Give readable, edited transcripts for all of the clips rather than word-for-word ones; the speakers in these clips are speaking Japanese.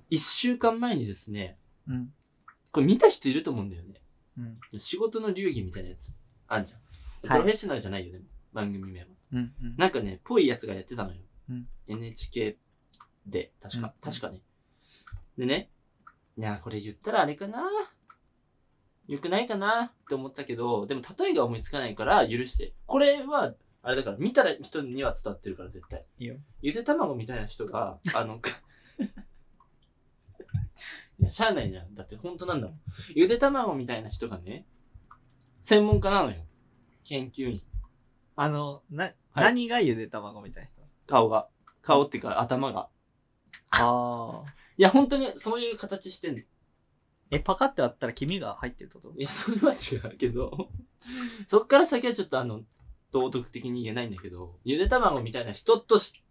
1週間前にですね、 うん。 これ見た人いると思うんだよね。 うん。 仕事の流儀みたいなやつ。あんじゃん。 はいプロフェッショナルじゃないよ、でも。番組名は。 うん。うん。 なんかね、ぽいやつがやってたのよ。 うん。 NHK で、確か、 うん確かね。でね、いや、これ言ったらあれかな良くないかなって思ったけど、でも例えが思いつかないから許して。これは、あれだから、見たら人には伝わってるから絶対。 いいよ。 ゆで卵みたいな人が、いや、しゃあないじゃん。だって本当なんだもん。ゆで卵みたいな人がね、専門家なのよ。研究員。 何がゆで卵みたいな人？ 顔っていうか頭が。 ああ。 いや、本当にそういう形してんの。 パカって割ったら黄身が入ってるってこと？ いや、それは違うけど、そっから先はちょっと道徳的に言えないんだけど、ゆで卵みたいな人として、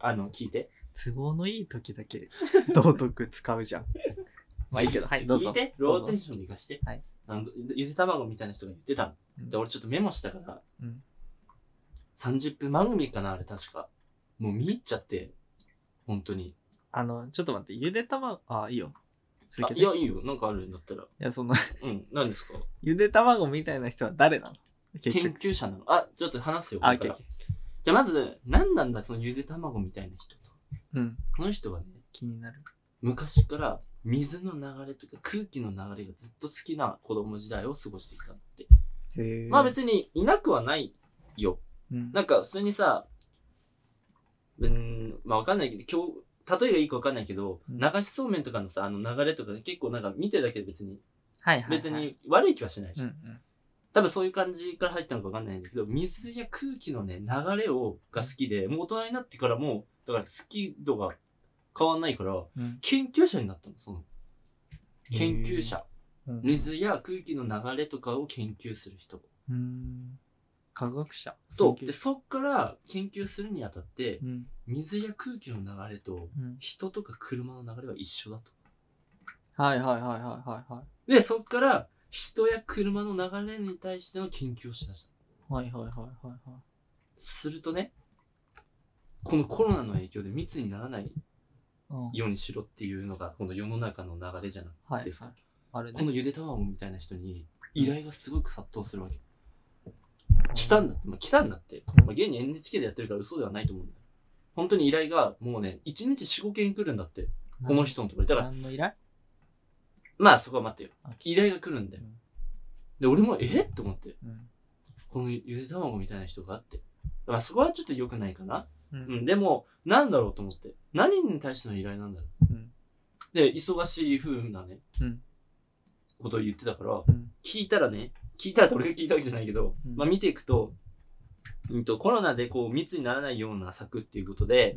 聞いて。 都合のいい時だけ道徳使うじゃん。まあいいけど、はい、どうぞ。 聞いて、ローテンションで生かして。 はい。 ゆで卵みたいな人が言ってたの。 うん、 で、俺ちょっとメモしたから、 うん、 30分番組かな、あれ確か。もう見入っちゃって、本当に。 ちょっと待って、ゆで卵、いいよ。 いや、いいよ。なんかあるんだったら。 いや、 うん、何ですか？ ゆで卵みたいな人は誰なの？ 研究者なの。ちょっと話すよ。 オッケー。 じゃあまず、何なんだ、そのゆで卵みたいな人と。 うん。 この人はね、 気になる。 昔から水の流れとか空気の流れがずっと好きな子供時代を過ごしてきたって。 へえ。 まあ別にいなくはないよ。 うん、 なんか普通にさ、まあわかんないけど、例えがいいかわかんないけど、 うん、 流しそうめんとかのさ、流れとかね、結構なんか見てるだけで別に、 はいはいはい、 別に悪い気はしないじゃん。 うんうん、 多分そういう感じから入ったのかわかんないんだけど、水や空気のね、流れが好きで、もう大人になってからも、だから好き度が変わんないから、 うん、 研究者になったの、その。研究者。 うん、 水や空気の流れとかを研究する人。 科学者。 そう。で、そっから研究するにあたって、 うん、 水や空気の流れと、人とか車の流れは一緒だと。 はいはいはいはいはいはい。 で、そっから、人や車の流れに対しての研究をしだした。 はいはいはいはいはい。 するとね、このコロナの影響で密にならないようにしろっていうのが、この世の中の流れじゃないですか。はいはい、あれね、このゆで卵みたいな人に依頼がすごく殺到するわけ。来たんだって、来たんだって。現に NHK でやってるから嘘ではないと思うんだよ。本当に依頼がもうね、1日4、5件来るんだって。この人のところに。だから、 何の依頼？ まあそこは待ってよ。依頼が来るんだよ。で、俺もって思って。このゆで卵みたいな人があって。まあそこはちょっと良くないかな。でも、なんだろうと思って。何に対しての依頼なんだろう。で、忙しい風なね、ことを言ってたから、聞いたらって俺が聞いたわけじゃないけど、まあ見ていくと、コロナでこう密にならないような策っていうことで、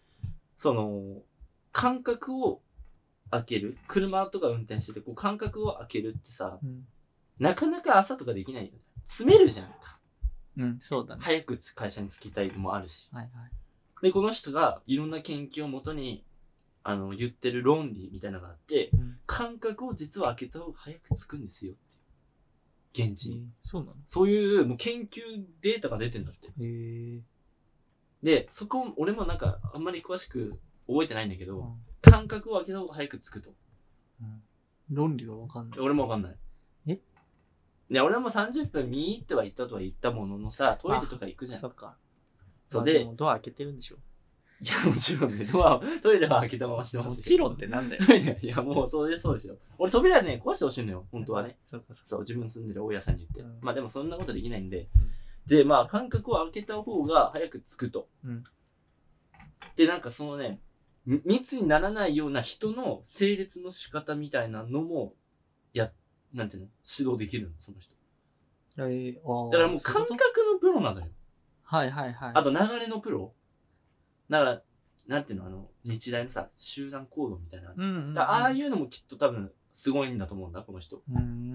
間隔を開ける。車とか運転してて、こう間隔を開けるってさ、なかなか朝とかできないよね。詰めるじゃんか。 そうだね。 早く会社に着きたいのもあるし。 はいはい。 で、この人がいろんな研究をもとに、言ってる論理みたいなのがあって、間隔を実は開けた方が早く着くんですよっていう。現地に。 そうなの？ そういう、もう研究データが出てんだって。で、そこ、俺もなんか、あんまり詳しく覚えてないんだけど、間隔を開けた方が早く着くと。 論理がわかんない。 俺もわかんない。ね、俺も30分見入っては行ったとは言ったもののさ、トイレとか行くじゃん。 そっか。 そうで、 もドア開けてるんでしょ？ いや、もちろんね、トイレは開けたまましてますよ。 もちろんってなんだよ。 トイレ、いや、もうそうですよ。俺扉ね、壊してほしいのよ、本当はね。そう、自分住んでる大家さんに言って。まあでもそんなことできないんで。で、まあ間隔を開けた方が早く着くと。で、なんかそのね、密にならないような人の整列の仕方みたいなのも、なんていうの指導できるの、その人。だからもう感覚のプロなのよ。 はいはいはい。 あと流れのプロ。だから、なんていうの日大のさ、集団行動みたいな。ああいうのもきっと多分、すごいんだと思うんだ、この人。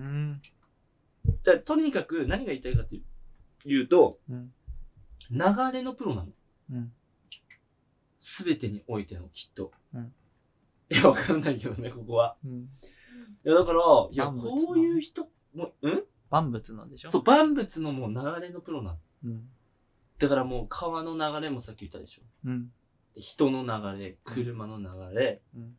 とにかく、何が言いたいかっていうと、流れのプロなの。すべてにおいての、きっと。いや、わかんないけどね、ここは。いや、だから、いや、こういう人、 万物なんでしょ？ そう、万物のもう流れのプロなの。だからもう川の流れもさっき言ったでしょ。で人の流れ、車の流れ、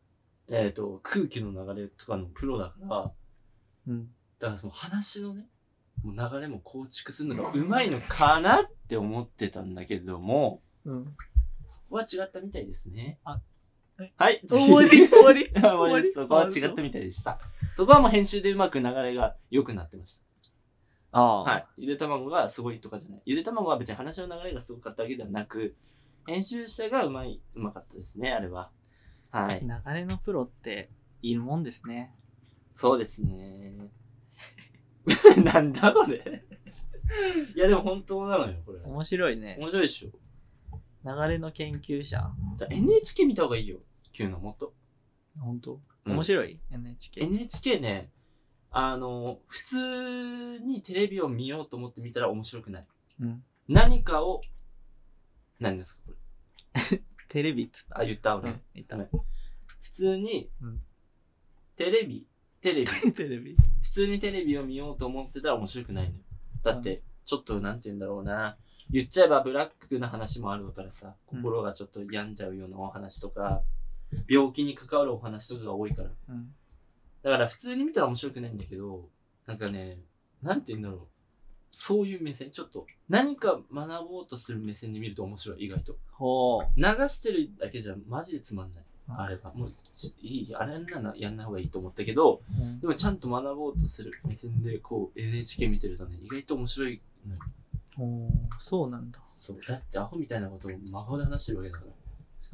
空気の流れとかのプロだから、 うん。 だからその話のね、もう流れも構築するのが上手いのかなって思ってたんだけども、 うん。 そこは違ったみたいですね。 あ、 はい。 終わり終わり終わりです。そこは違ったみたいでした。そこはもう編集でうまく流れが良くなってました。 ああ。 はい。ゆで卵がすごいとかじゃない。ゆで卵は別に話の流れがすごかったわけではなく、編集者がうまかったですね、あれは。はい。 流れのプロっているもんですね。 そうですね。なんだこれ。いやでも本当なのよ、これ。 面白いね。 面白いでしょ。 流れの研究者。 じゃあ NHK 見た方がいいよ。Q のもっと。 本当、 うん面白い ?NHK。 NHK ね、普通にテレビを見ようと思って見たら面白くない。 うん。 何かを、何ですかこれ。 テレビっつった。 あ、言った俺。 言った。 普通に、 うんテレビ、 テレビ。 普通にテレビを見ようと思ってたら面白くないのよ。だって、ちょっとなんて言うんだろうな。言っちゃえばブラックな話もあるからさ、心がちょっと病んじゃうようなお話とか、病気に関わるお話とかが多いから。 うん。 だから普通に見たら面白くないんだけど、なんかね、なんて言うんだろう。そういう目線、ちょっと何か学ぼうとする目線で見ると面白い、意外と。 ほう。 流してるだけじゃマジでつまんない。あれば。もう、あれやんない方がいいと思ったけど、でもちゃんと学ぼうとする目線で、こう、NHK 見てるとね、意外と面白いのよ。 ほう。そうなんだ。 そう。だってアホみたいなことを真顔で話してるわけだから。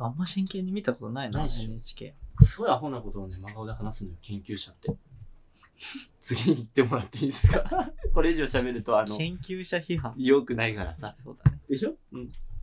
あんま真剣に見たことないな、 ないっしょ NHK。 すごいアホなことをね、真顔で話すのよ、研究者って。次に行ってもらっていいですかこれ以上喋ると、 研究者批判。 良くないからさ。 そうだね。 でしょうん。